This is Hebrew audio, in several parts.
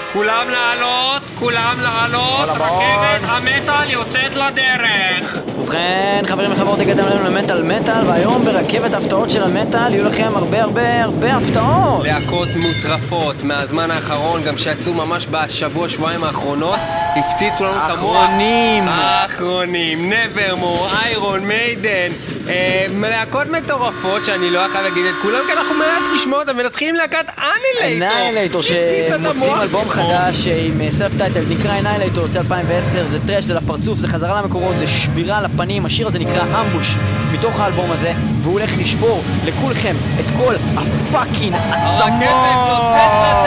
כולם לעלות, רכבת המטל יוצאת לדרך. ובכן, חברים וחברות, הגעתם לנו למטל, והיום ברכבת ההפתעות של המטל יהיו לכם הרבה הפתעות. להקות מוטרפות מהזמן האחרון, גם שיצאו ממש בשבוע-שבועיים האחרונות, הפציצו לנו את המוח. האחרונים, נברמור, איירון מיידן, להקות מטורפות שאני לא יכול להגיד את כולם, כי אנחנו מעט לשמוע אותם, ונתחיל עם להקת אנילייטור שמוצאים אלבום חדש עם סלף טייטל, נקרא אנילייטור, יוצא 2010, זה טרש, זה לפרצוף, זה חזרה למקורות, זה שבירה לפנים. השיר הזה נקרא אמבוש מתוך האלבום הזה, והוא הולך לשבור לכולכם את כל הפאקינג עצמות.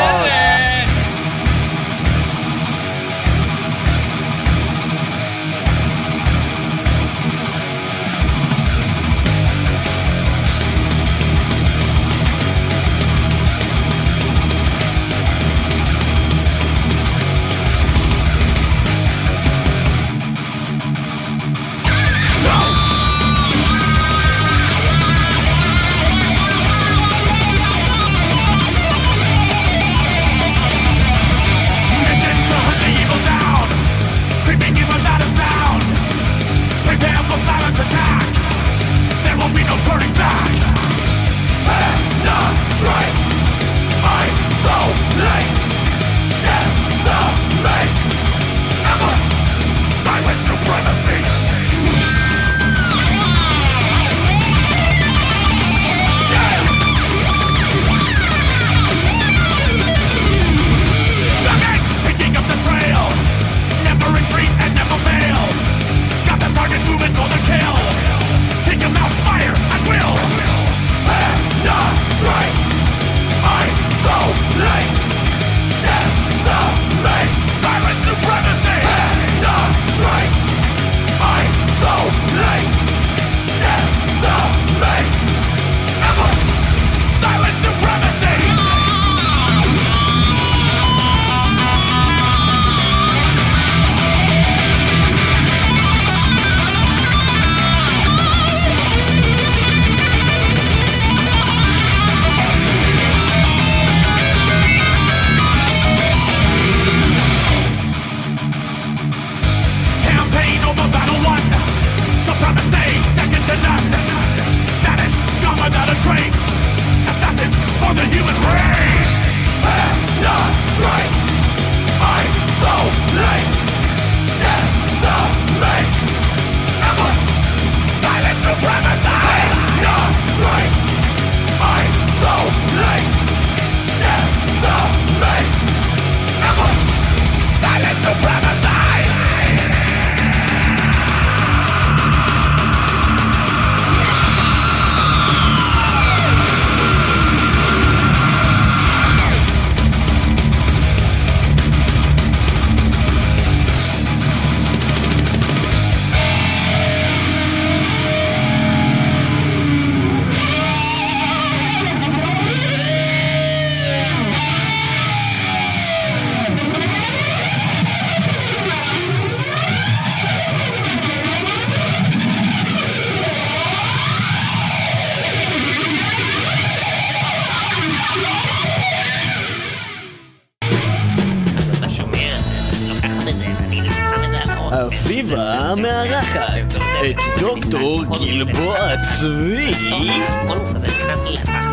אביבה מארחת את דוקטור גלבוע צבי. הקונוס הזה נכנס לי לתחת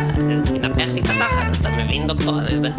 ומנפח לי את התחת, אתה מבין דוקטור?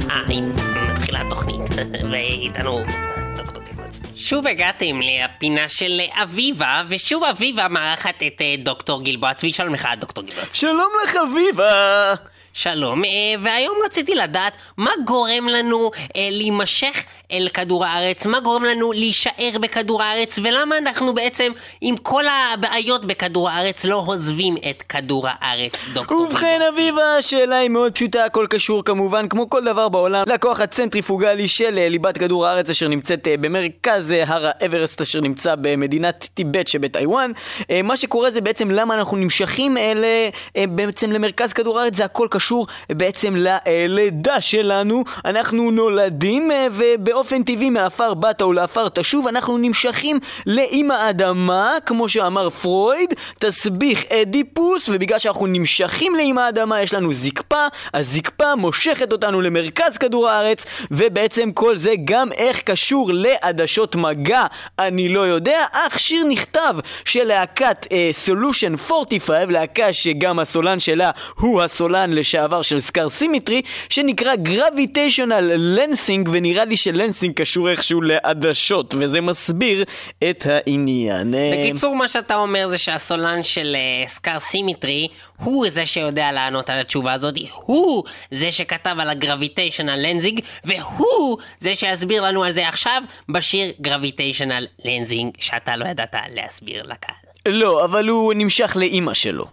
מתחילה התוכנית ואיתנו דוקטור גלבוע צבי. שוב הגעתם לפינה של אביבה, ושוב אביבה מארחת את דוקטור גלבוע צבי. שלום לך דוקטור גלבוע צבי. שלום לך אביבה. שלום, והיום רציתי לדעת מה גורם לנו להימשך אל כדור הארץ, מה גורם לנו להישאר בכדור הארץ, ולמה אנחנו בעצם עם כל הבעיות בכדור הארץ לא עוזבים את כדור הארץ, דוקטור. ובכן אביבה, השאלה היא מאוד פשוטה, הכל קשור כמובן כמו כל דבר בעולם לכוח הצנטריפוגלי של ליבת כדור הארץ אשר נמצאת במרכז הר האברסט אשר נמצא במדינת טיבט שבטייוואן. מה שקורה זה בעצם למה אנחנו נמשכים בעצם למרכז כדור הארץ, זה הכל קשור קשור בעצם ללידה שלנו. אנחנו נולדים ובאופן טבעי מאפר באת או לאפר תשוב אנחנו נמשכים לאמא האדמה, כמו שאמר פרויד, תסביך אדיפוס, ובגלל שאנחנו נמשכים לאמא האדמה יש לנו זקפה, הזקפה מושכת אותנו למרכז כדור הארץ, ובעצם כל זה גם איך קשור לעדשות מגע אני לא יודע, אך שיר נכתב של להקת סולושן 45, להקה שגם הסולן שלה הוא הסולן לשעבר של סקאר סימטרי, שנקרא גרביטיישנל לנסינג, ונראה לי שלנסינג קשור איכשהו לעדשות, וזה מסביר את העניין. בקיצור, מה שאתה אומר זה שהסולן של סקאר סימטרי הוא זה שיודע לענות על התשובה הזאת, הוא זה שכתב על הגרביטיישנל לנסינג, והוא זה שיסביר לנו על זה עכשיו בשיר גרביטיישנל לנסינג שאתה לא ידעת להסביר לקהל. לא, אבל הוא נמשך לאמא שלו.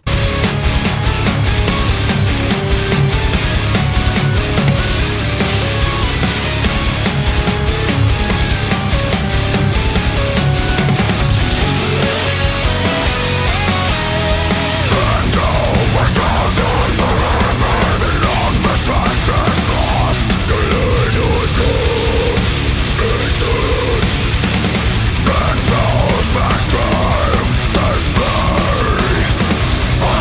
Back time, this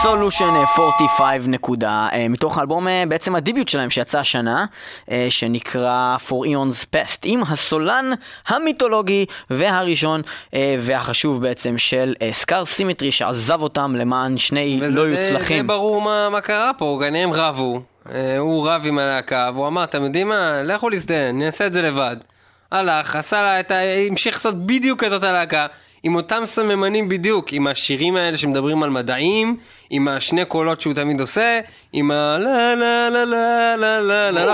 סולושן 45 נקודה, מתוך האלבום בעצם הדיביוט שלהם שיצא השנה, שנקרא For Eons Past, עם הסולן המיתולוגי והראשון והחשוב בעצם של סקאר סימטרי, שעזב אותם למען שני לא יוצלחים. וזה ברור מה קרה פה, הם רבו, הוא רב עם הלהקה, והוא אמר, אתם יודעים מה, לכו להזדהן, אני אעשה את זה לבד. הלך, עשה לה המשיך לעשות בדיוק את אותה להקה, עם אותם סממנים בדיוק, עם השירים האלה שמדברים על מדעים, עם השני קולות שהוא תמיד עושה, עם ה לה לה לה לה לה לה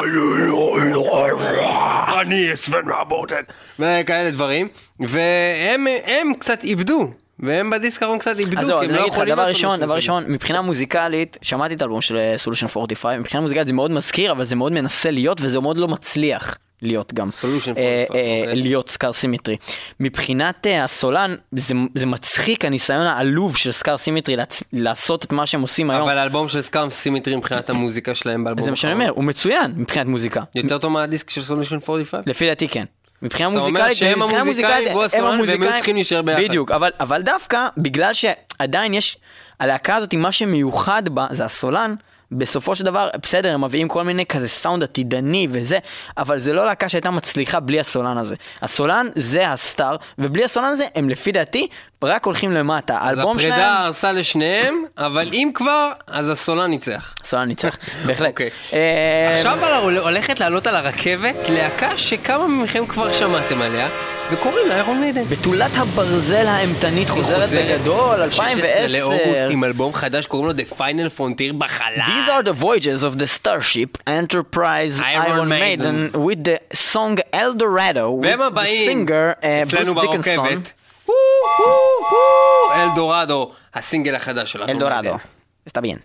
לה אני סבן מהבוטן וכאלה דברים, והם קצת איבדו, והם בדיסק האחרון קצת איבדו, כי הם לא יכולים דבר ראשון, מבחינה מוזיקלית, שמעתי את האלבום של סולושן 45, מבחינה מוזיקלית זה מאוד מזכיר, אבל זה מאוד מנסה להיות, וזה מאוד לא מצליח להיות גם, להיות סקאר סימטרי. מבחינת הסולן, זה מצחיק הניסיון העלוב של סקאר סימטרי לעשות את מה שהם עושים היום. אבל האלבום של סקאר סימטרי מבחינת המוזיקה שלהם באלבום זה מה שאני אומר, הוא מצוין מבחינת מוזיקה. יותר טוב מהדיסק של סולושן 45? לפי דעתי כן. מבחינה מוזיקלית, אתה אומר שהם המוזיקאים והוא הסולן והם היו צריכים להישאר ביחד. בדיוק, אבל דווקא בגלל שעדיין יש, הלהקה הזאת, מה שמיוחד בה זה הסולן, בסופו של דבר, בסדר, הם מביאים כל מיני כזה סאונד עתידני וזה, אבל זה לא להקה שהייתה מצליחה בלי הסולן הזה. הסולן זה הסטאר, ובלי הסולן הזה הם לפי דעתי רק הולכים למטה. אז הפרידה הרסה לשניהם, אבל אם כבר, אז הסולן ניצח. הסולן ניצח, בהחלט. עכשיו הולכת לעלות על הרכבת להקה שכמה מכם כבר שמעתם עליה, וקוראים לה איירון מיידן. בתולת הברזל האימתנית חוזרת בגדול, 2010. לאוגוסט עם אלבום חדש, קוראים לו The Final Frontier בחלל. These are the voyages of the starship Enterprise Iron Maiden with the song Eldorado with the singer Bruce Dickinson. אלדורדו, הסינגל החדש של איירון מיידן. Eldorado. Está bien.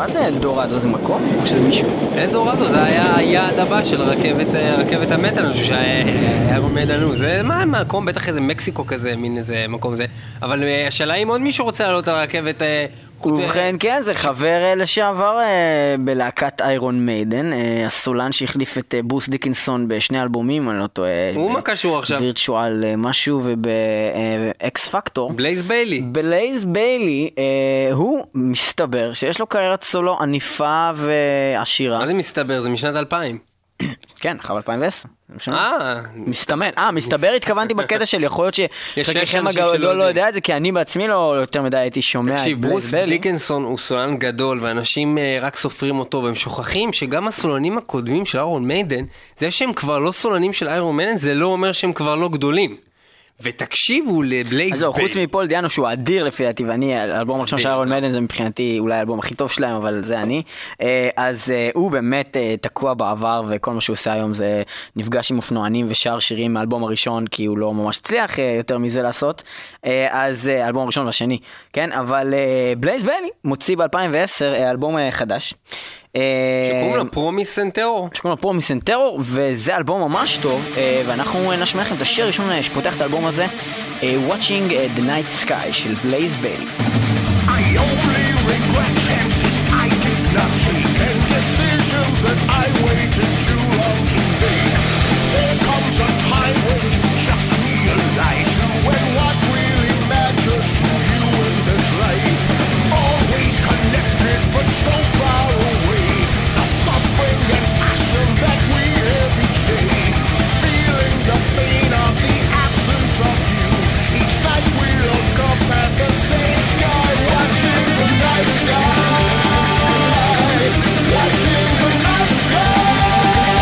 זה אלדורדו? זה מקום? או שזה מישהו? אלדורדו זה היה היעד הבא של רכבת המטאל, אני חושב שהיה עומד לנו, זה מה מקום, בטח איזה מקסיקו כזה, מין איזה מקום זה, אבל השאלה אם עוד מישהו רוצה לעלות על הרכבת ובכן כן, זה חבר לשעבר בלהקת איירון מיידן, הסולן שהחליף את ברוס דיקנסון בשני אלבומים, אני לא טועה. הוא מה קשור עכשיו? וירטואל משהו ובאקס פקטור. בלייז ביילי. בלייז ביילי, הוא מסתבר שיש לו קריירת סולו עניפה ועשירה. מה זה מסתבר? זה משנת 2000. כן, אחר 2010. מסתבר התכוונתי בקטע שלי, יכול להיות שחלקכם הגדול לא יודע את זה, כי אני בעצמי לא יותר מדי הייתי שומע את בלייז ביילי. ברוס דיקנסון הוא סולן גדול, ואנשים רק סופרים אותו, והם שוכחים שגם הסולנים הקודמים של איירון מיידן, זה שהם כבר לא סולנים של איירון מיידן, זה לא אומר שהם כבר לא גדולים. ותקשיבו לבלייז ביילי. חוץ מפול דיאנו שהוא אדיר לפי דעתי, ואני, האלבום הראשון של איירון מיידן זה מבחינתי אולי האלבום הכי טוב שלהם, אבל זה אני. אז הוא באמת תקוע בעבר, וכל מה שהוא עושה היום זה נפגש עם אופנוענים ושר שירים מהאלבום הראשון, כי הוא לא ממש הצליח יותר מזה לעשות. אז האלבום הראשון והשני, כן? אבל בלייז ביילי מוציא ב-2010 אלבום חדש. שקוראים לו פרומיס אנד טרור. וזה אלבום ממש טוב, ואנחנו נשמע לכם את השיר הראשון שפותח את האלבום הזה, Watching the Night Sky של בלייז ביילי. I only regret chances I did not take and decisions that I waited too long to make. There comes a time when you just realize when what really matters to you in this life. Always connected but so far away. The suffering and passion that we have each day. Feeling the pain of the absence of you. Each night we look up at the same sky. Watching the night sky. Watching the night sky.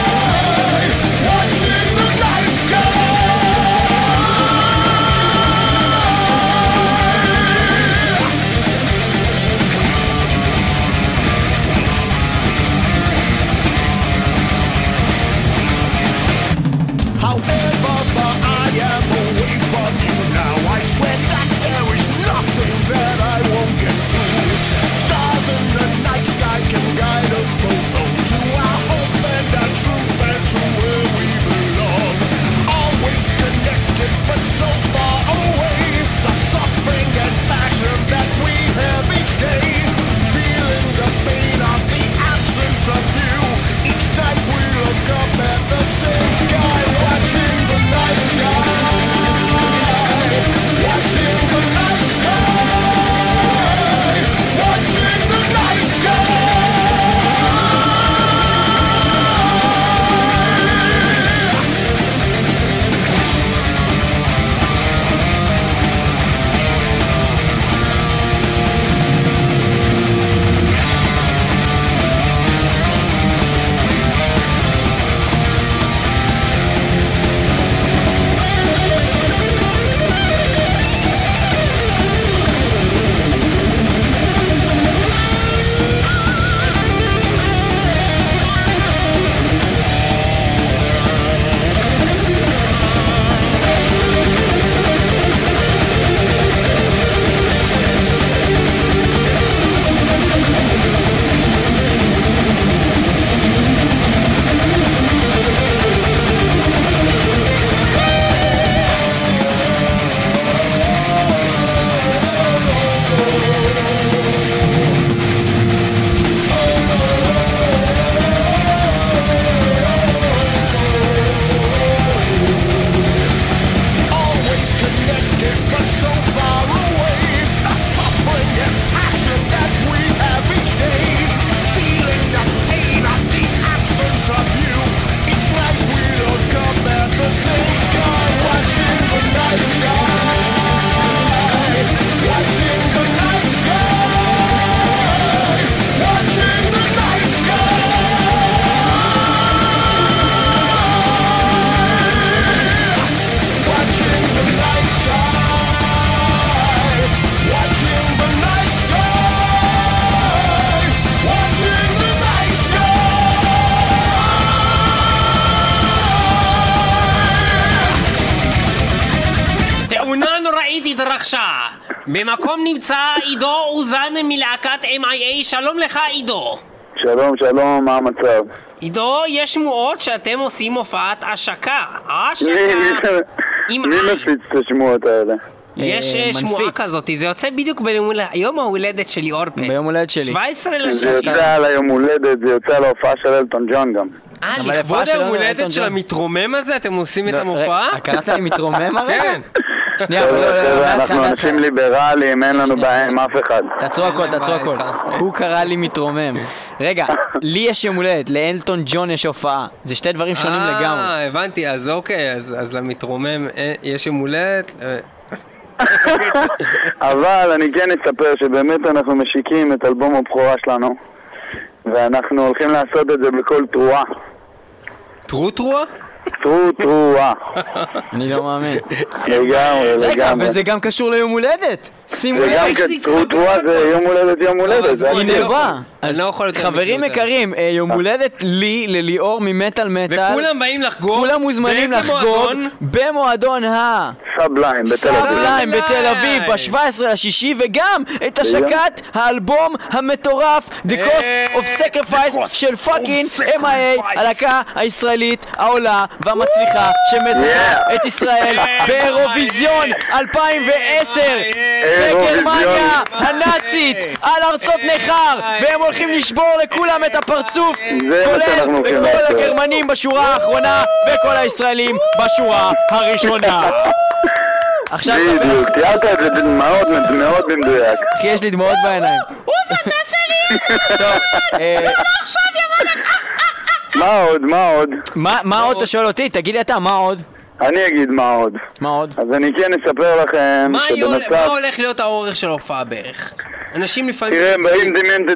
התרחשה. במקום נמצא עידו אוזן מלהקת MIA. שלום לך עידו. שלום, שלום, מה המצב? עידו, יש שמועות שאתם עושים הופעת השקה. מי מפיץ את השמועות האלה? יש שמועה כזאת, זה יוצא בדיוק ביום ההולדת שלי אורפן. ביום הולדת שלי. 17 לשישי. זה יוצא על היום הולדת, זה יוצא על ההופעה של אלטון ג'ון גם. לכבוד היום הולדת של המתרומם הזה אתם עושים את המופעה? קראת לי מתרומם הרי? כן. שנייה, אנחנו אנשים ליברליים, אין לנו בעיה עם אף אחד. תעצרו הכל. הוא קרא לי מתרומם. רגע, לי יש יום הולדת, לאלטון ג'ון יש הופעה. זה שתי דברים שונים לגמרי. הבנתי, אז אוקיי, אז למתרומם יש יום הולדת. אבל אני כן אספר שבאמת אנחנו משיקים את אלבום הבכורה שלנו, ואנחנו הולכים לעשות את זה בכל תרועה. תרועה? תרועה. אני לא מאמין. לגמרי. רגע, וזה גם קשור ליום הולדת. שימו לב. תרועה זה יום הולדת. הנה בא. אז חברים יקרים, יום הולדת לי, לליאור ממטל מטל. וכולם באים לחגוג. כולם מוזמנים לחגוג במועדון סאבליים בתל אביב ב-17/6, וגם את השקת האלבום המטורף The Cost of Sacrifice של פאקינג MIA, הלהקה הישראלית העולה והמצליחה שמזכה את ישראל באירוויזיון 2010 בגרמניה הנאצית על ארצות נחר, והם הולכים לשבור לכולם את הפרצוף, כולל לכל הגרמנים בשורה האחרונה וכל הישראלים בשורה הראשונה. עכשיו בדיוק, תיארת את זה מאוד במדויק. כי יש לי דמעות בעיניים. אוזן, תעשה לי! טוב, מה עוד? מה עוד אתה שואל אותי? תגיד לי אתה, מה עוד? אני אגיד מה עוד. אז אני כן אספר לכם שבנוסף... מה הולך להיות האורך של ההופעה בערך? אנשים לפעמים... תראה, באים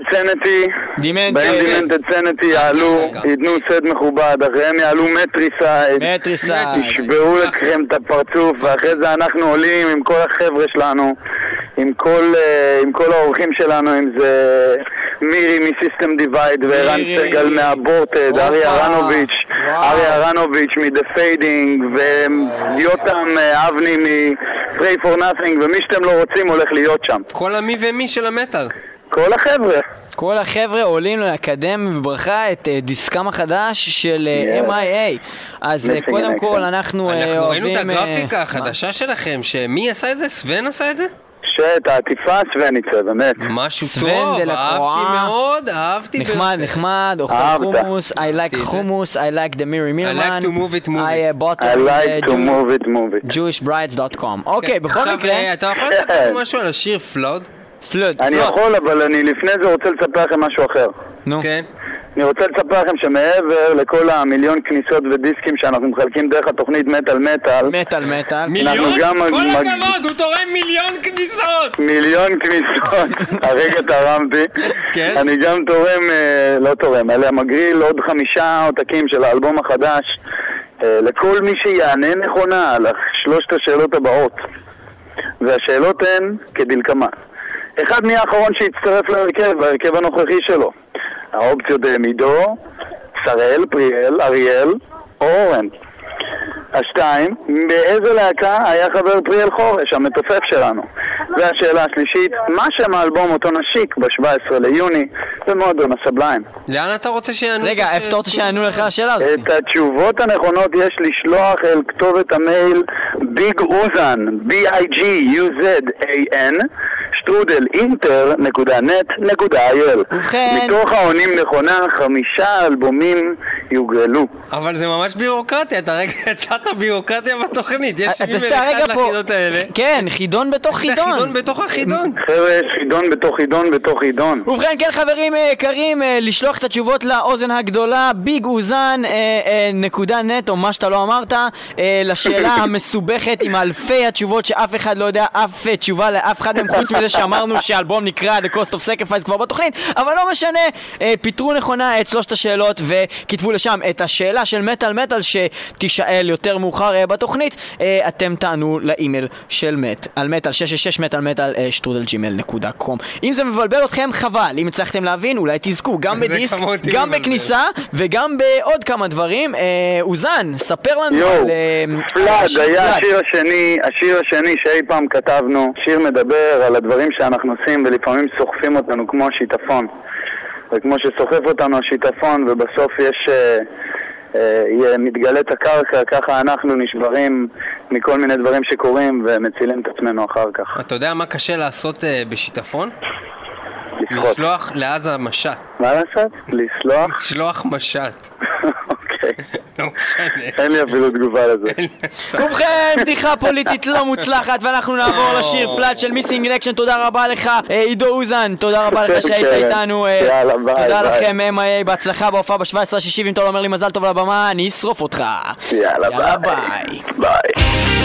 דימנטד סנטי יעלו, ייתנו סט מכובד, אחריהם יעלו מטריסייד, ישברו לכם את הפרצוף, ואחרי זה אנחנו עולים עם כל החבר'ה שלנו, עם כל האורחים שלנו, אם זה מירי מסיסטם דיווייד וערן סגל מהבורטד, ארי אהרנוביץ' מדה פיידינג, ויותם אבני מפריי פור נאפינג, ומי שאתם לא רוצים הולך להיות שם. כל המי ומי של המטל. כל החבר'ה עולים לקדם בברכה את דיסקם החדש של MIA. אז קודם כל אנחנו ראינו את הגרפיקה החדשה שלכם, שמי עשה את זה? סוון עשה את זה? שאת העטיפה סוון יצא, באמת. משהו טוב, אהבתי מאוד, נחמד, אוכל חומוס, I like חומוס, I like the Miri Mirman, I like to move it, I bought it, jewishbrides.com. אוקיי, בכל מקרה... אתה יכול לספר משהו על השיר פלוד? אני יכול, אבל אני לפני זה רוצה לספר לכם משהו אחר. נו. כן. אני רוצה לספר לכם שמעבר לכל המיליון כניסות ודיסקים שאנחנו מחלקים דרך התוכנית מטל. מיליון? כל הכבוד, הוא תורם מיליון כניסות! הרגע תרמתי. כן? אני גם תורם, אלא מגריל עוד 5 עותקים של האלבום החדש לכל מי שיענה נכונה על 3 השאלות הבאות. והשאלות הן כדלקמן. אחד מי האחרון שהצטרף להרכב הנוכחי שלו. האופציות הם עידו, שראל, פריאל, אריאל או אורן. 2, באיזה להקה היה חבר פריאל חורש, המתופף שלנו? והשאלה השלישית, מה שם האלבום אותו נשיק ב-17 ליוני במועדון הסבליים? לאן אתה רוצה שיענו? רגע, איפה אתה רוצה שיענו לך השאלה הזאת? את התשובות הנכונות יש לשלוח אל כתובת המייל ביגוזן, BIGUZAN @inter.net.il. מתוך העונים נכונה 5 אלבומים יוגרלו. אבל זה ממש בירוקרטיה, אתה רגע יצאת בירוקרטיה בתוכנית, יש 71 לחידות האלה. כן, חידון בתוך חידון. זה חידון בתוך החידון. חבר'ה, יש חידון בתוך חידון בתוך חידון. ובכן, כן חברים יקרים, לשלוח את התשובות לאוזן הגדולה, biguzan.net או מה שאתה לא אמרת, לשאלה המסובכת עם אלפי התשובות שאף אחד לא יודע אף תשובה לאף אחד מהם, חוץ מזה שאמרנו שהאלבום נקרא The Cost of Sacrifice כבר בתוכנית, אבל לא משנה, פיתרו נכונה את 3 השאלות וכתבו לשם את השאלה של מטל שתישאל יותר מאוחר בתוכנית, אתם תענו לאימייל של על מטל 666 metalmetal@gmail.com. אם זה מבלבל אתכם חבל, אם הצלחתם להבין אולי תזכו גם בדיסק, גם בכניסה וגם בעוד כמה דברים. אוזן, ספר לנו פלאד היה השיר השני שאי פעם כתבנו, שיר מדבר על הדברים שאנחנו עושים ולפעמים סוחפים אותנו כמו השיטפון. וכמו שסוחף אותנו השיטפון ובסוף יש מתגלה את הקרקע, ככה אנחנו נשברים מכל מיני דברים שקורים ומצילים את עצמנו אחר כך. אתה יודע מה קשה לעשות בשיטפון? לשחות. לשלוח לעזה משט. מה לעשות? לסלוח? לשלוח משט. אוקיי. לא משנה. אין לי אפילו תגובה לזה. ובכן, בדיחה פוליטית לא מוצלחת, ואנחנו נעבור לשיר פלאט של מיסינג אין אקשן. תודה רבה לך עידו אוזן, תודה רבה לך שהיית איתנו. תודה לכם MIA, בהצלחה בהופעה ב-17/6. אם אתה לא אומר לי מזל טוב לבמה, אני אשרוף אותך. יאללה ביי. ביי.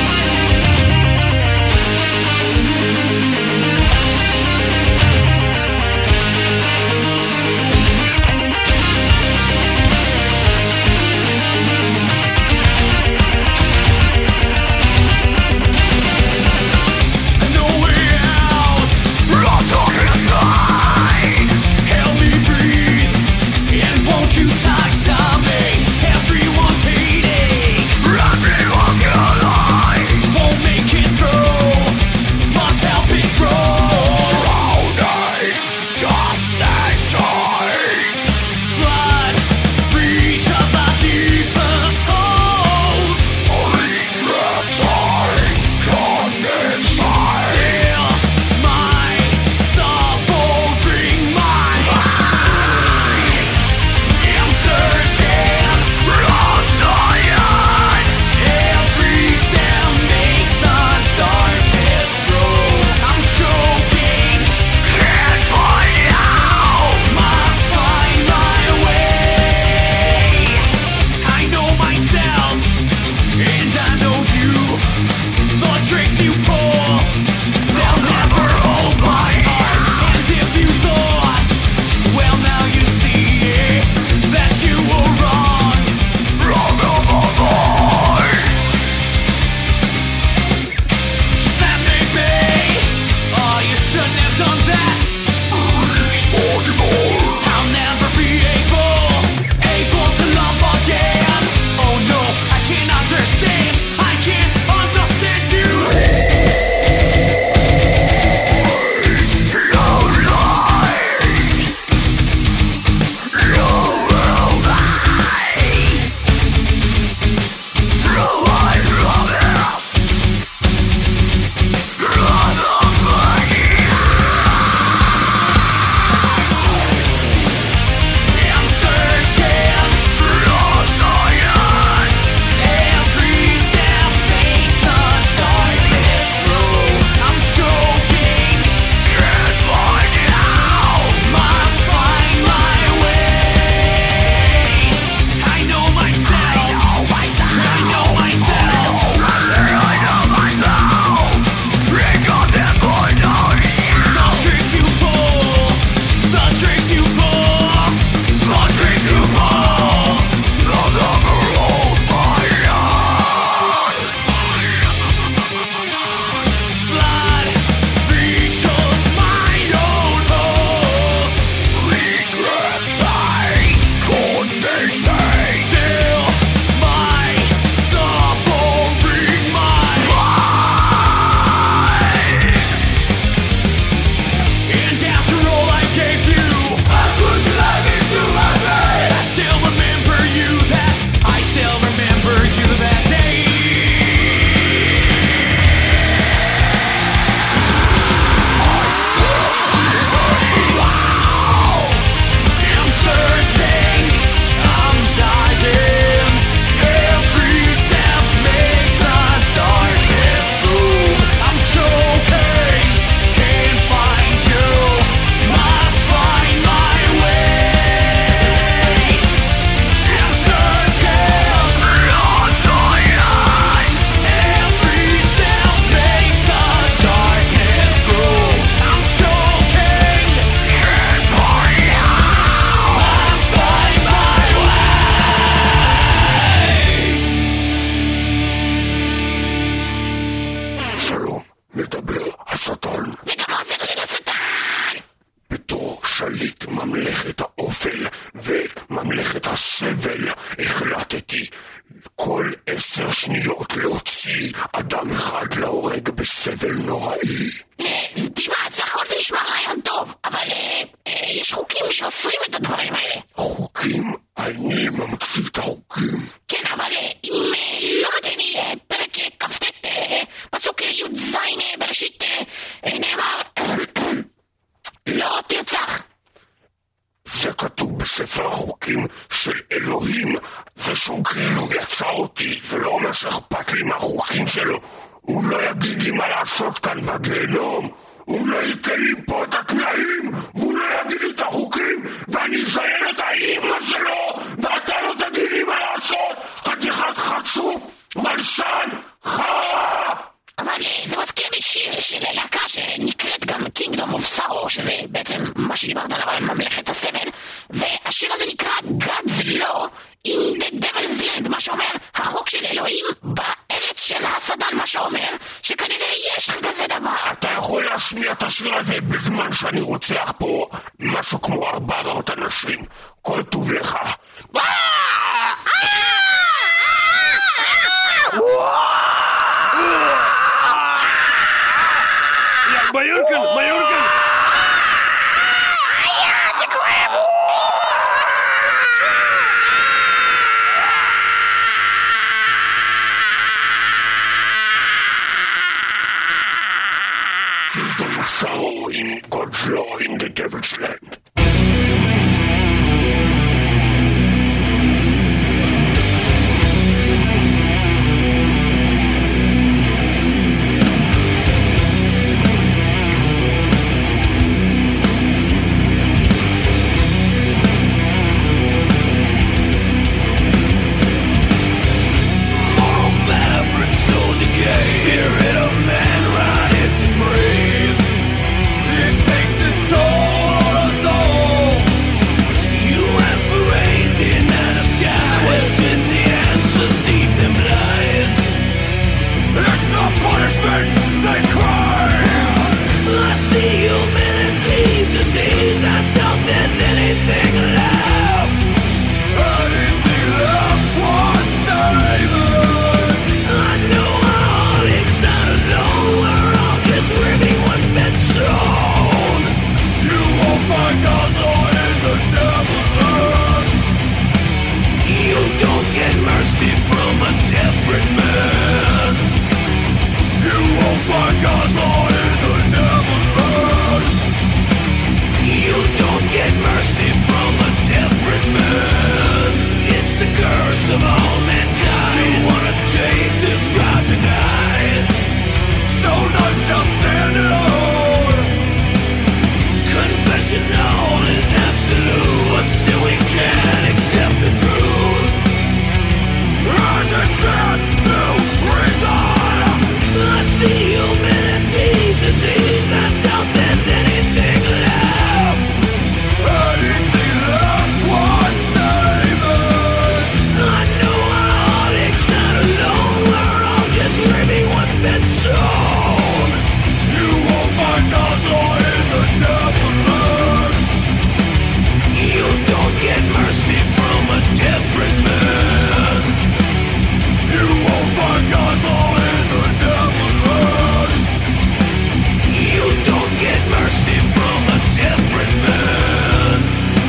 ממלכת הסבל, החלטתי כל 10 שניות להוציא שאוסרים את הדברים האלה. חוקים? אני ממציא את החוקים. כן, אבל אם לא נתני פרק כ"ט, פסוק י"ז בראשית, נאמר, לא תרצח. זה כתוב בספר החוקים של אלוהים, ושהוא כאילו יצא אותי, ולא אומר שאכפת לי מהחוקים שלו. הוא לא יגיד לי מה לעשות כאן בגיהנום, הוא לא ייתן לי פה את התנאים, הוא לא יגיד לי את החוקים, ואני אזיין את האמא שלו, ואתה לא תגיד לי מה לעשות, חתיכת חצוף, מלשן, חרא! אבל זה מזכיר לי שיר של להקה שנקראת גם Kingdom of Sorrow, שזה בעצם מה שדיברת עליו על ממלכת הסבל, והשיר הזה נקרא God's Law in the Devil's Land, מה שאומר החוק של אלוהים בארץ של הסדן, מה שאומר שכנראה יש כזה דבר. אתה יכול להשמיע את השיר הזה בזמן שאני רוצח פה משהו כמו 400 אנשים, כל טוב לך. ביורקן, ביורקן! זה כואב! Kingdom of Sorrow in God's Law in the Devil's Land. Spirit of man, run it free. It takes its toll on us all. You ask for rain in the sky, question the answers deep in blind. It's the punishment they cry. I see humanity disease. I doubt there's anything left. Anything left was saving. I know it's not alone. We're all just ripping what's been sown. You won't find God's law in the devil's land. You don't get mercy from a desperate man. You won't find God's law in the devil's land. You don't get mercy from a desperate man. It's the curse of all mankind. You wanna take this drive to die, so none shall stand alone. Confessional is absolute, but still we can't accept the truth. As it says to reason, I see humanity disease. I doubt there's anything left. Anything left was saving. I know our heartache's not alone. We're all just ripping what's been sown. You won't find God's law in the devil's land. You don't get mercy from a desperate man. You won't find God's law in the devil's land. You don't get mercy from a desperate man.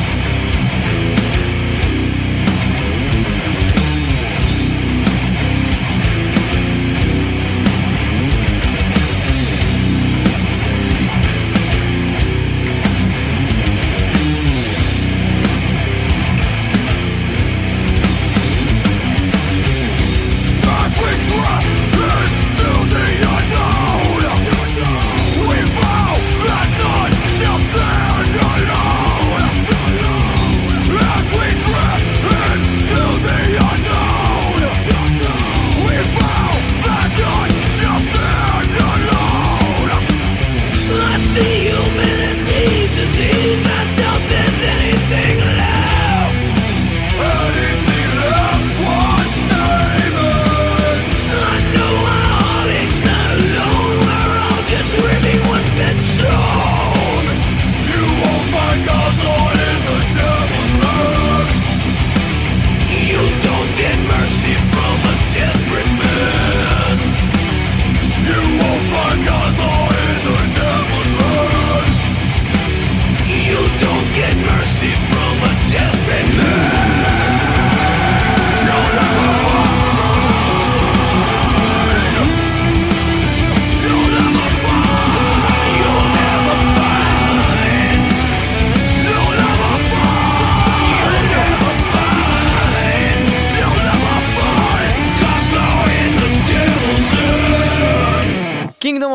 As we drift into the unknown, we vow that none shall stand alone. As we drift into the unknown, we vow that none shall stand alone. I see humanity disease. I doubt there's anything left. Anything left was saving. I know our heartache's not alone. We're all just ripping what's been sown. You won't find God's law in the devil's land. You don't get mercy from a desperate man. You won't find God's law in the devil's land.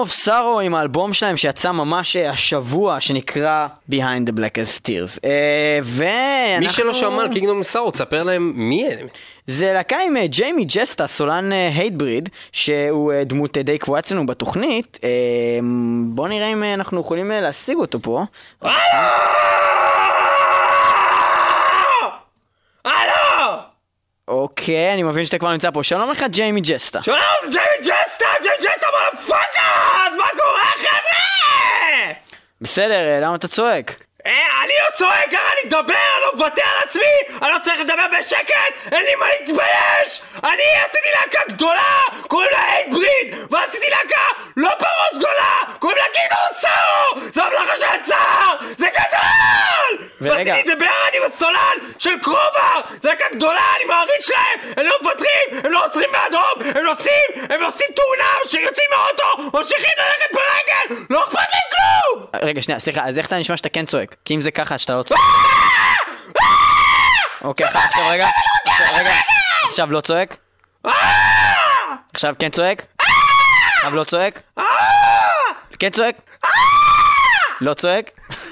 of Sorrow עם האלבום שלהם שיצא ממש השבוע, שנקרא Behind the Blackest Tears. מי שלא שמע על Kingdom of Sorrow, תספר להם מי הם. זה להקה עם ג'יימי ג'סטה, סולן הייטבריד, שהוא דמות די קבועה אצלנו בתוכנית. בוא נראה אם אנחנו יכולים להשיג אותו פה. הלו! אוקיי, אני מבין שאתה כבר נמצא פה. שלום לך, ג'יימי ג'סטה. שלום, זה ג'יימי ג'סטה מלפוקה! אז מה קורה, חבר'ה? בסדר, למה אתה צועק? אני לא צועק, אני מדבר, אני לא מוותר על עצמי, אני לא צריך לדבר בשקט, אין לי מה להתבייש. אני עשיתי להקה גדולה, קוראים לה הייטבריד, ועשיתי להקה לא פחות גדולה, קוראים לה Kingdom of Sorrow, זה המלאכה של הצער, זה גדול! ועשיתי את זה ביחד עם הסולן של קרובר, זה להקה גדולה, אני מעריץ שלהם, הם לא מוותרים, הם לא עוצרים באדום, הם עושים תאונה, שיוצאים מהאוטו, ממשיכים ללכת ברגל, לא אכפת להם כלום! רגע, שנייה, סליחה, אז איך אתה נשמע שאתה כן צועק? כי אם זה ככה, שאתה לא צועק. אוקיי, עכשיו רגע. עכשיו לא צועק. עכשיו כן צועק. עכשיו לא צועק. כן צועק. לא צועק.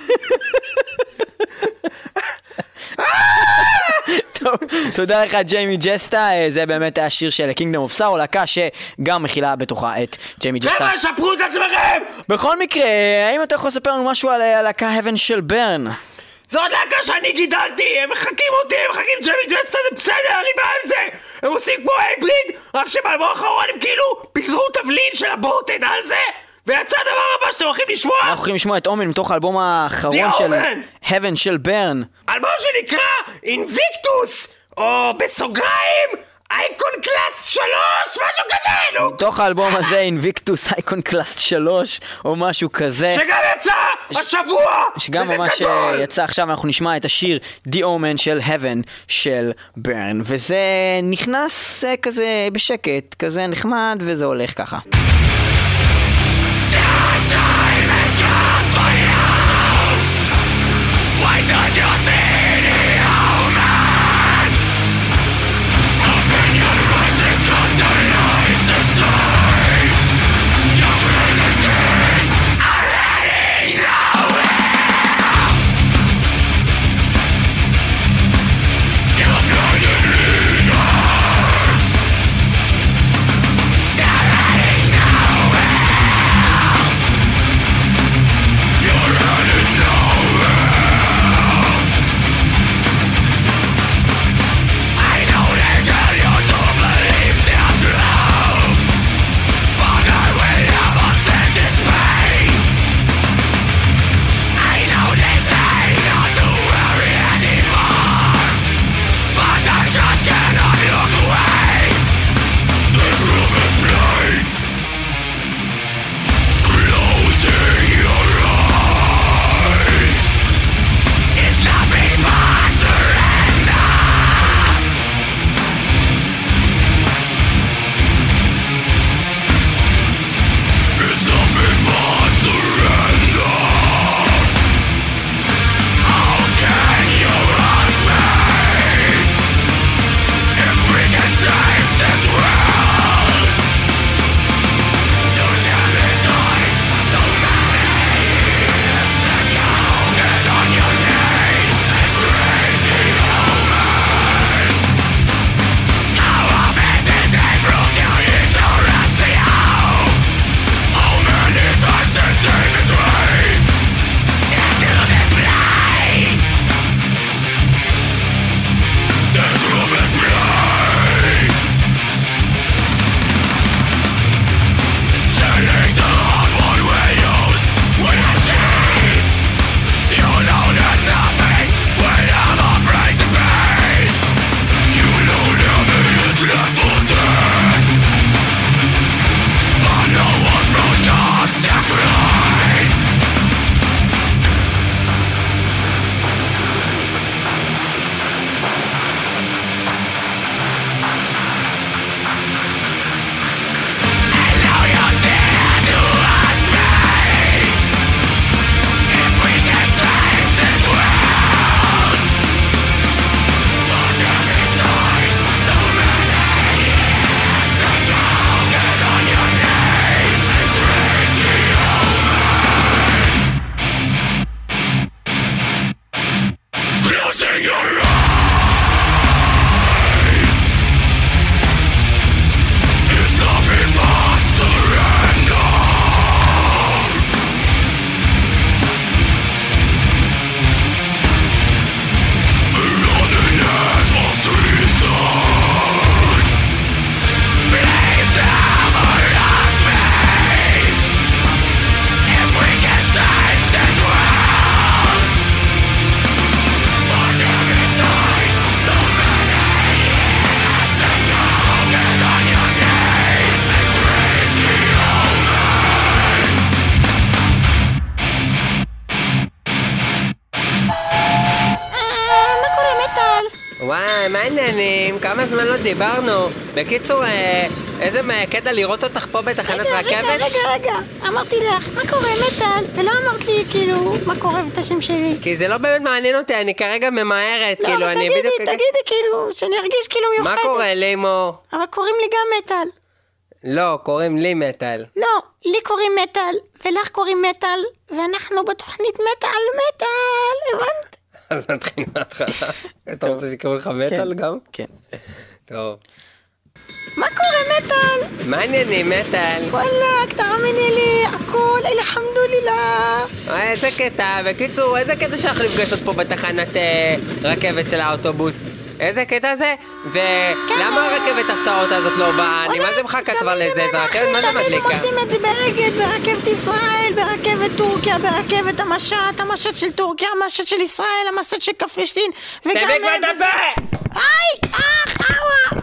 טוב, תודה לך ג'יימי ג'סטה, זה באמת השיר של Kingdom of Sorrow, להקה שגם מכילה בתוכה את ג'יימי ג'סטה. חבר'ה, שפרו את עצמכם! בכל מקרה, האם אתה יכול לספר לנו משהו על הלהקה Heaven של ברן? זאת להקה שאני גידלתי, הם מחכים אותי, הם מחכים ג'יימי ג'סטה, זה בסדר, אני בא עם זה! הם עושים כמו הייבריד, רק שבאלבום האחרון הם כאילו פיזרו תבלין של הבורטד על זה, ויצא הדבר הבא שאתם הולכים לשמוע? אנחנו הולכים לשמוע את אומן מתוך האלבום האחרון של Heaven של ברן. אלבום שנקרא Invictus, או בסוגריים אייקון קלאס 3, משהו כזה, נו! מתוך האלבום הזה Invictus אייקון קלאס 3 או משהו כזה, שגם יצא השבוע, שגם ממש יצא עכשיו. אנחנו נשמע את השיר The Omen של Heaven של ברן, וזה נכנס כזה בשקט, כזה נחמד, וזה הולך ככה. Why don't you see the omen? Open your eyes and cut the lies to see. Your friendly kids are heading nowhere. Your blinded leaders, they're heading nowhere. וואי, מה העניינים? כמה זמן לא דיברנו? בקיצור, איזה קטע לראות אותך פה בתחנת רכבת? רגע, אמרתי לך, מה קורה מטל? ולא אמרת לי, כאילו, מה קורה ואת השם שלי. כי זה לא באמת מעניין אותי, אני כרגע ממהרת, לא, כאילו, אבל אני בדיוק... תגידי, כאילו, שאני ארגיש כאילו מיוחדת. מה קורה, לימו? אבל קוראים לי גם מטל. לא, קוראים לי מטל. לא, לי קוראים מטל, ולך קוראים מטל, ואנחנו בתוכנית מטל, הבנת? אז נתחיל מההתחלה. אתה רוצה שיקראו לך מטל גם? כן. טוב. מה קורה מטל? מה העניינים מטל? וואלק, תאמיני לי, הכל, אלחמדולillah. איזה קטע, בקיצור, איזה קטע שאנחנו נפגשות פה בתחנת רכבת של האוטובוס? איזה קטע זה? ולמה הרכבת ההפתעות הזאת לא באה? אני מה זה מחכה כבר לזה? זה רכבת, מה זה מדליקה? תמיד הם עושים את זה באגד, ברכבת ישראל, ברכבת טורקיה, ברכבת המשט של טורקיה, המשט של ישראל, המשט של קפריסין. סתמי כבר את הפה! אאווה!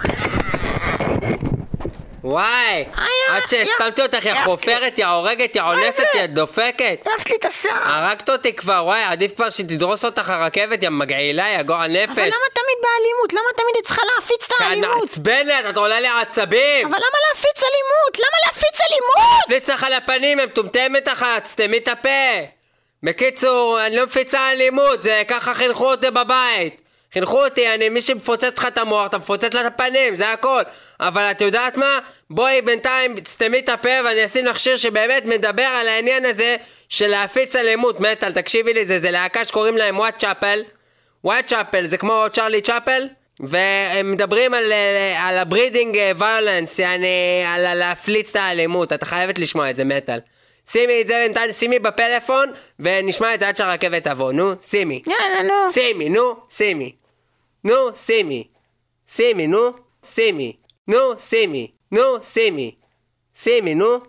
וואי, עד שהסתמתי אותך, יא חופרת, יא הורגת, יא אונסת, יא דופקת. העפת לי את השיער. הרגת אותי כבר, וואי, עדיף כבר שתדרוס אותך הרכבת, יא מגעילה, יא גועל נפש. אבל למה תמיד באלימות? למה תמיד את צריכה להפיץ את האלימות? כי מעצבנת, את עולה לי עצבים. אבל למה להפיץ אלימות? למה להפיץ אלימות? תפליץ לך על הפנים, הם טומטמת אחת, סתמי את הפה. בקיצור, אני לא מפיצה אלימות, זה ככה חינכו אותי בבית. חינכו אותי, מי שמפוצץ לך את המוח, אתה מפוצץ לך את הפנים, זה הכל. אבל את יודעת מה? בואי בינתיים סתמי את הפה ואני אשים לך שיר שבאמת מדבר על העניין הזה של להפיץ אלימות. מטל, תקשיבי לי, זה להקה שקוראים להם ווייט צ'אפל, זה כמו צ'רלי צ'אפל, והם מדברים על הברידינג ויולנס, על להפליץ את האלימות. אתה חייבת לשמוע את זה, מטל. שימי את זה בינתיים, שימי בפלאפון ונשמע את זה עד שהרכבת תבוא. נו, שימי. יאללה, נו. שימי, נו, שימי. נו, שימי. שימי, נו, שימי. נו, שימי. נו, שימי. שימי, נו.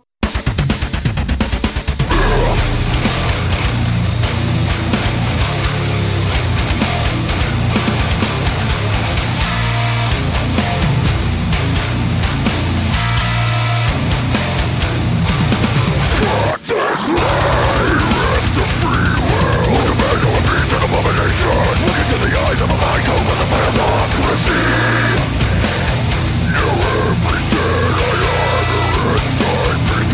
Every sin I ever inside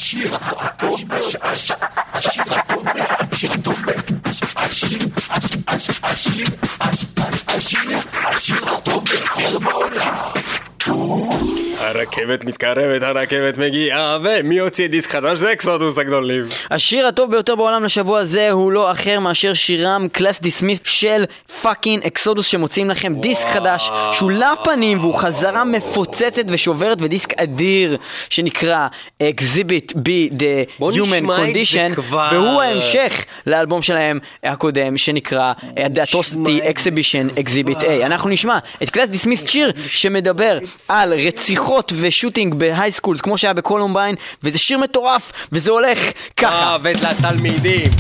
הרכבת מתקרבת, הרכבת מגיעה, ומי הוציא דיסק חדש? זה אקסודוס הגדולים. השיר הטוב ביותר בעולם לשבוע הזה הוא לא אחר מאשר שירם קלאס דיסמיס של פאקינג אקסודוס, שמוצאים לכם דיסק חדש שהוא לפנים והוא חזרה מפוצצת ושוברת, ודיסק אדיר שנקרא Exhibit B The Human Condition, והוא ההמשך לאלבום שלהם הקודם שנקרא The Atrocity Exhibition Exhibit A. אנחנו נשמע את קלאס דיסמיס, שיר שמדבר על רציחות ושוטינג בהייסקולס כמו שהיה בקולומביין, וזה שיר מטורף, וזה הולך ככה. ולתלמידים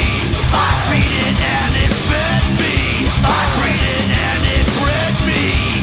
me.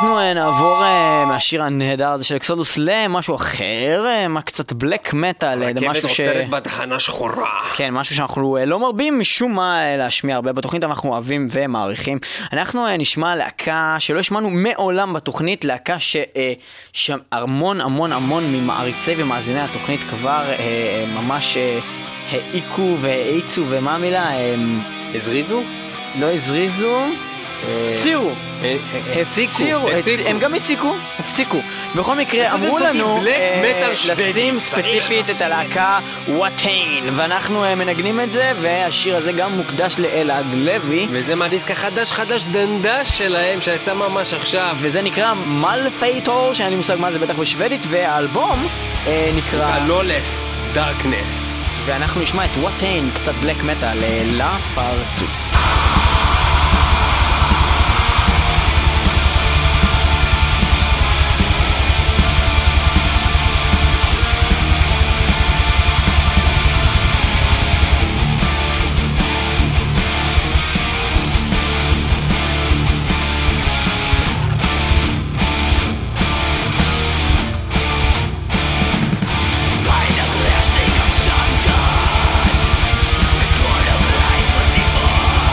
אנחנו נעבור מהשיר הנהדר הזה של אקסודוס למשהו אחר, מה קצת בלק מטל, רכבת עוצרת בתחנה שחורה. כן, משהו שאנחנו לא מרבים משום מה להשמיע הרבה בתוכנית, אנחנו אוהבים ומעריכים. אנחנו נשמע להקה שלא השמענו מעולם בתוכנית, להקה שהמון המון המון ממעריצי ומאזיני התוכנית כבר ממש העיקו והעיצו, ומה המילה? הזריזו? לא הזריזו, הם גם הפציקו. בכל מקרה אמרו לנו לשים ספציפית את הלהקה וואטיין, ואנחנו מנגנים את זה, והשיר הזה גם מוקדש לאלעד לוי, וזה מהדיסק החדש דנדש שלהם שיצא ממש עכשיו, וזה נקרא מלפייטור, שאני מושג מה זה בטח בשוודית, והאלבום נקרא לולס דארקנס, ואנחנו נשמע את וואטיין, קצת בלק מטל לפרצוף. Life was before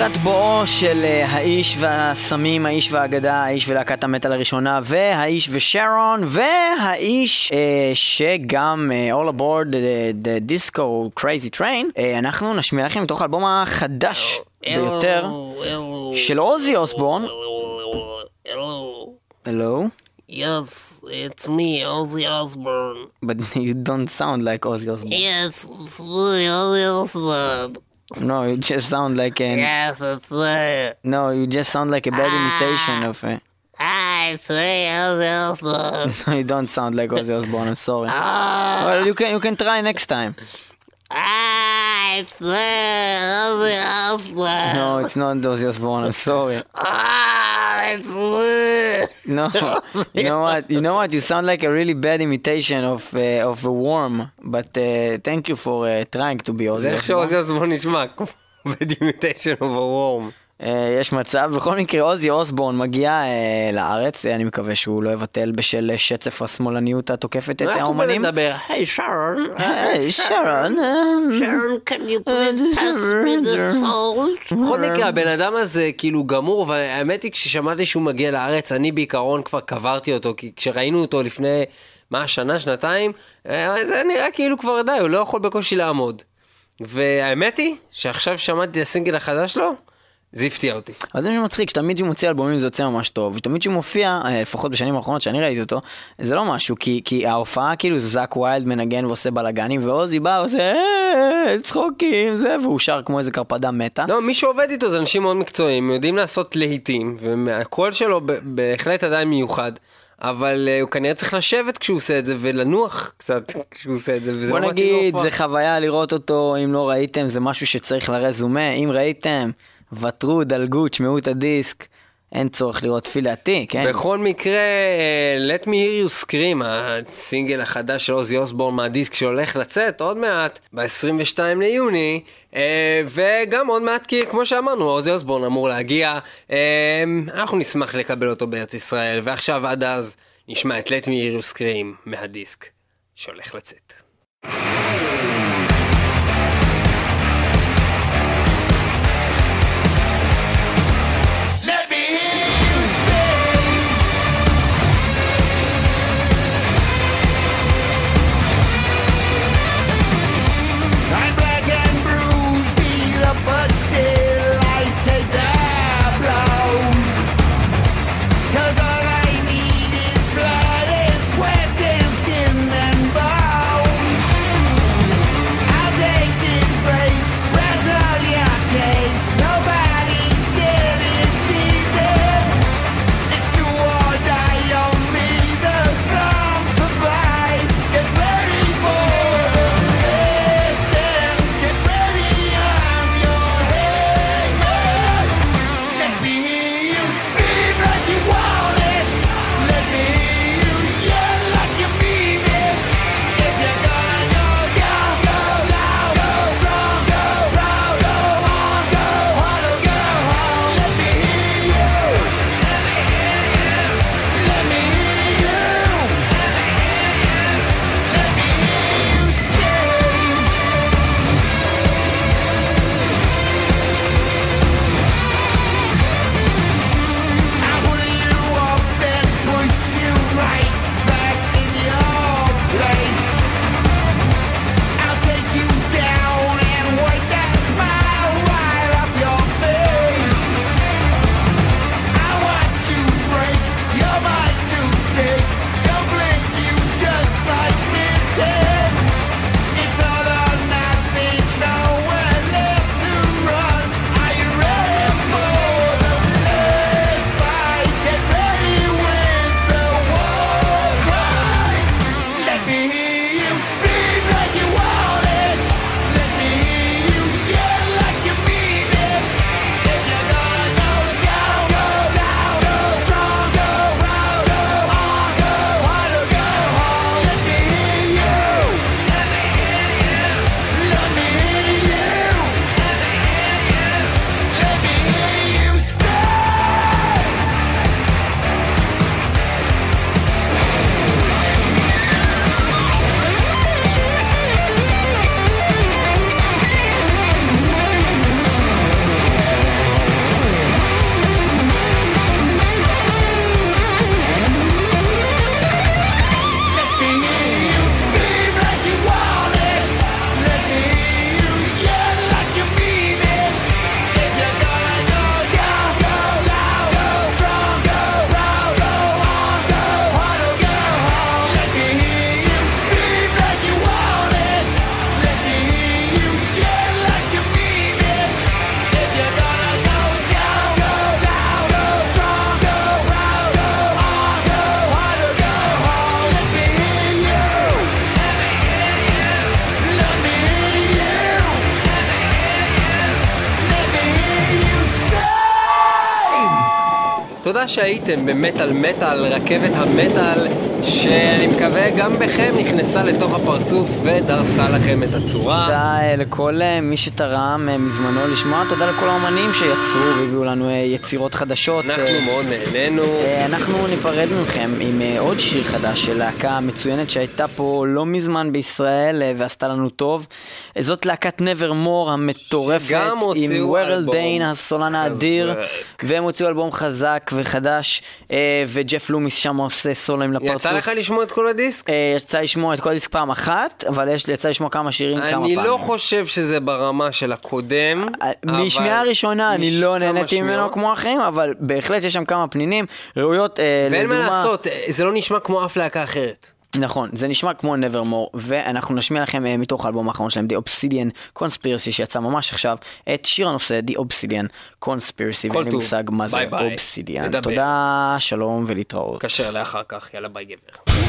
לקראת בואו של האיש והסמים, האיש והאגדה, האיש ולהקת המטל הראשונה, והאיש ושרון, והאיש שגם All Aboard the Disco Crazy Train. אנחנו נשמיע לכם מתוך האלבום החדש ביותר של עוזי אוסבורן. Hello? Yes, it's me, Ozzy Osbourne. But you don't sound like Ozzy Osbourne. Yes, it's me, Ozzy Osbourne. No, you just sound like an... Yes, it's me. No, you just sound like a bad imitation of a... It's me, Ozzy Osbourne. No, you don't sound like Ozzy Osbourne, I'm sorry. Well, you can try next time. It's me, Ozzy Osbourne. No, it's not Ozzy Osbourne, I'm sorry. It's me. No, you know what, you sound like a really bad imitation of a worm, but thank you for trying to be Ozzy Osbourne. זה איך שאוזי אוסבורן נשמע, bad imitation of a worm. יש מצב, בכל מקרה עוזי אוסבורן מגיע לארץ, אני מקווה שהוא לא יבטל בשל שצף השמאלניות התוקפת את האומנים. אנחנו נדבר, היי שרון, שרון, can you please pass me the salt? בכל מקרה, הבן אדם הזה כאילו גמור, והאמת היא כששמעתי שהוא מגיע לארץ, אני בעיקרון כבר קברתי אותו, כי כשראינו אותו לפני, שנה, שנתיים, זה נראה כאילו כבר די, הוא לא יכול בקושי לעמוד. והאמת היא שעכשיו שמעתי את הסינגל החדש שלו, זה הפתיע אותי. אז זה שמצחיק, שתמיד שהוא מוציא אלבומים זה יוצא ממש טוב, ותמיד שהוא מופיע, לפחות בשנים האחרונות שאני ראיתי אותו, זה לא משהו, כי ההופעה כאילו זה זאק ויילד מנגן ועושה בלגנים, ועוזי בא ועושה צחוקים, זה, והוא שר כמו איזה קרפדה מתה. לא, מי שעובד איתו זה אנשים מאוד מקצועיים, יודעים לעשות להיטים, והקול שלו בהחלט עדיין מיוחד. אבל הוא כנראה צריך לשבת כשהוא עושה את זה, ולנוח קצת כשהוא עושה את זה, וזה בוא לא נגיד, זה חוויה לראות אותו, אם לא ראיתם, זה משהו שצריך לרזומה, אם ראיתם, ותרו, דלגו, תשמעו את הדיסק, אין צורך לראות פילאתי, כן? בכל מקרה, Let Me Hear You Scream, הסינגל החדש של עוזי אוסבורן מהדיסק שהולך לצאת עוד מעט, ב-22 ליוני, וגם עוד מעט, כי כמו שאמרנו, עוזי אוסבורן אמור להגיע, אנחנו נשמח לקבל אותו בארץ ישראל, ועכשיו עד אז נשמע את Let Me Hear You Scream מהדיסק שהולך לצאת. Blood and sweat and skin and bones. תודה שהייתם במטל מטל, רכבת המטל, שאני מקווה גם בכם נכנסה לתוך הפרצוף ודרסה לכם את הצורה. תודה לכל מי שתרם מזמנו לשמוע, תודה לכל האומנים שיצרו והביאו לנו יצירות חדשות. אנחנו מאוד נהנינו. אנחנו ניפרד מכם עם עוד שיר חדש של להקה מצוינת שהייתה פה לא מזמן בישראל ועשתה לנו טוב. זאת להקת Nevermore המטורפת עם ורל דיין הסולן האדיר, והם הוציאו אלבום חזק וחדש, וג'ף לומיס שם עושה סולוים לפרצוף. יצא לך לשמוע את כל הדיסק? יצא לשמוע את כל הדיסק פעם אחת, אבל יצא לשמוע כמה שירים כמה פעמים. אני לא חושב שזה ברמה של הקודם. משמיעה הראשונה אני לא נהניתי ממנו כמו אחרים, אבל בהחלט יש שם כמה פנינים ראויות. ואין מה לעשות, זה לא נשמע כמו אף להקה אחרת. נכון, זה נשמע כמו Nevermore, ואנחנו נשמיע לכם מתוך האלבום האחרון שלהם, The Obsidian Conspiracy, שיצא ממש עכשיו, את שיר הנושא, The Obsidian Conspiracy, ואין לי מושג מה זה Obsidian. תודה, שלום ולהתראות. קשר לאחר כך, יאללה ביי גבר.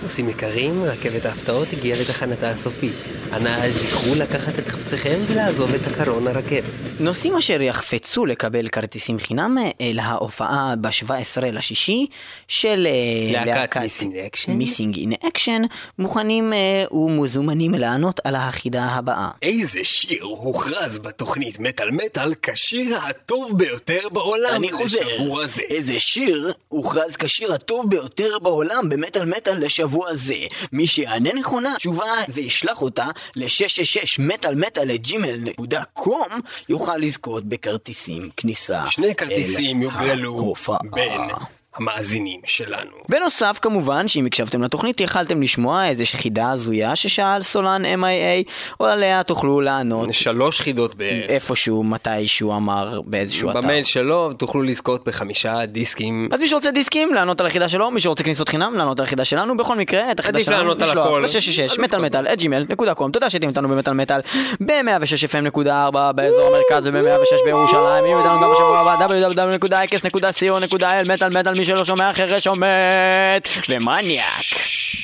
נוסעים יקרים, רכבת ההפתעות הגיעה לתחנתה הסופית. אנא זכרו לקחת את חפציכם ולעזוב את הקרון הרכבת. נוסעים אשר יחפצו לקבל כרטיסים חינם להופעה ב-17/6 של להקת מיסינג אין אקשן מוכנים ומוזמנים לענות על החידה הבאה. איזה שיר הוכרז בתוכנית מטל מטל כשיר הטוב ביותר בעולם לשבוע זה? איזה שיר הוכרז כשיר הטוב ביותר בעולם במטל מטל לשבוע זה? מי שיענה נכונה תשובה וישלח אותה ל666metalmetal@gmail.com יוכל לזכות בכרטיסים כניסה. 2 כרטיסים יוגרלו בין המאזינים שלנו. בנוסף, כמובן, שאם הקשבתם לתוכנית, יכלתם לשמוע איזו חידה הזויה ששאל סולן MIA, או עליה תוכלו לענות 3 חידות בערך. איפשהו, מתישהו אמר, באיזשהו אתר. במייל שלו תוכלו לזכות ב5 דיסקים. אז מי שרוצה דיסקים, לענות על החידה שלו, מי שרוצה כניסות חינם, לענות על החידה שלנו, בכל מקרה, את החידה שלנו, לשלוח ל666metalmetal@gmail.com. תודה שאתם איתנו במטל מטל, ב-106FM.4 באזור המרכז וב-106 בירושלים. אם איתנו גם בשבוע הבא, www.x.co.il. מטל מטל, מי שלא שומע אחרי שומט ומניאק.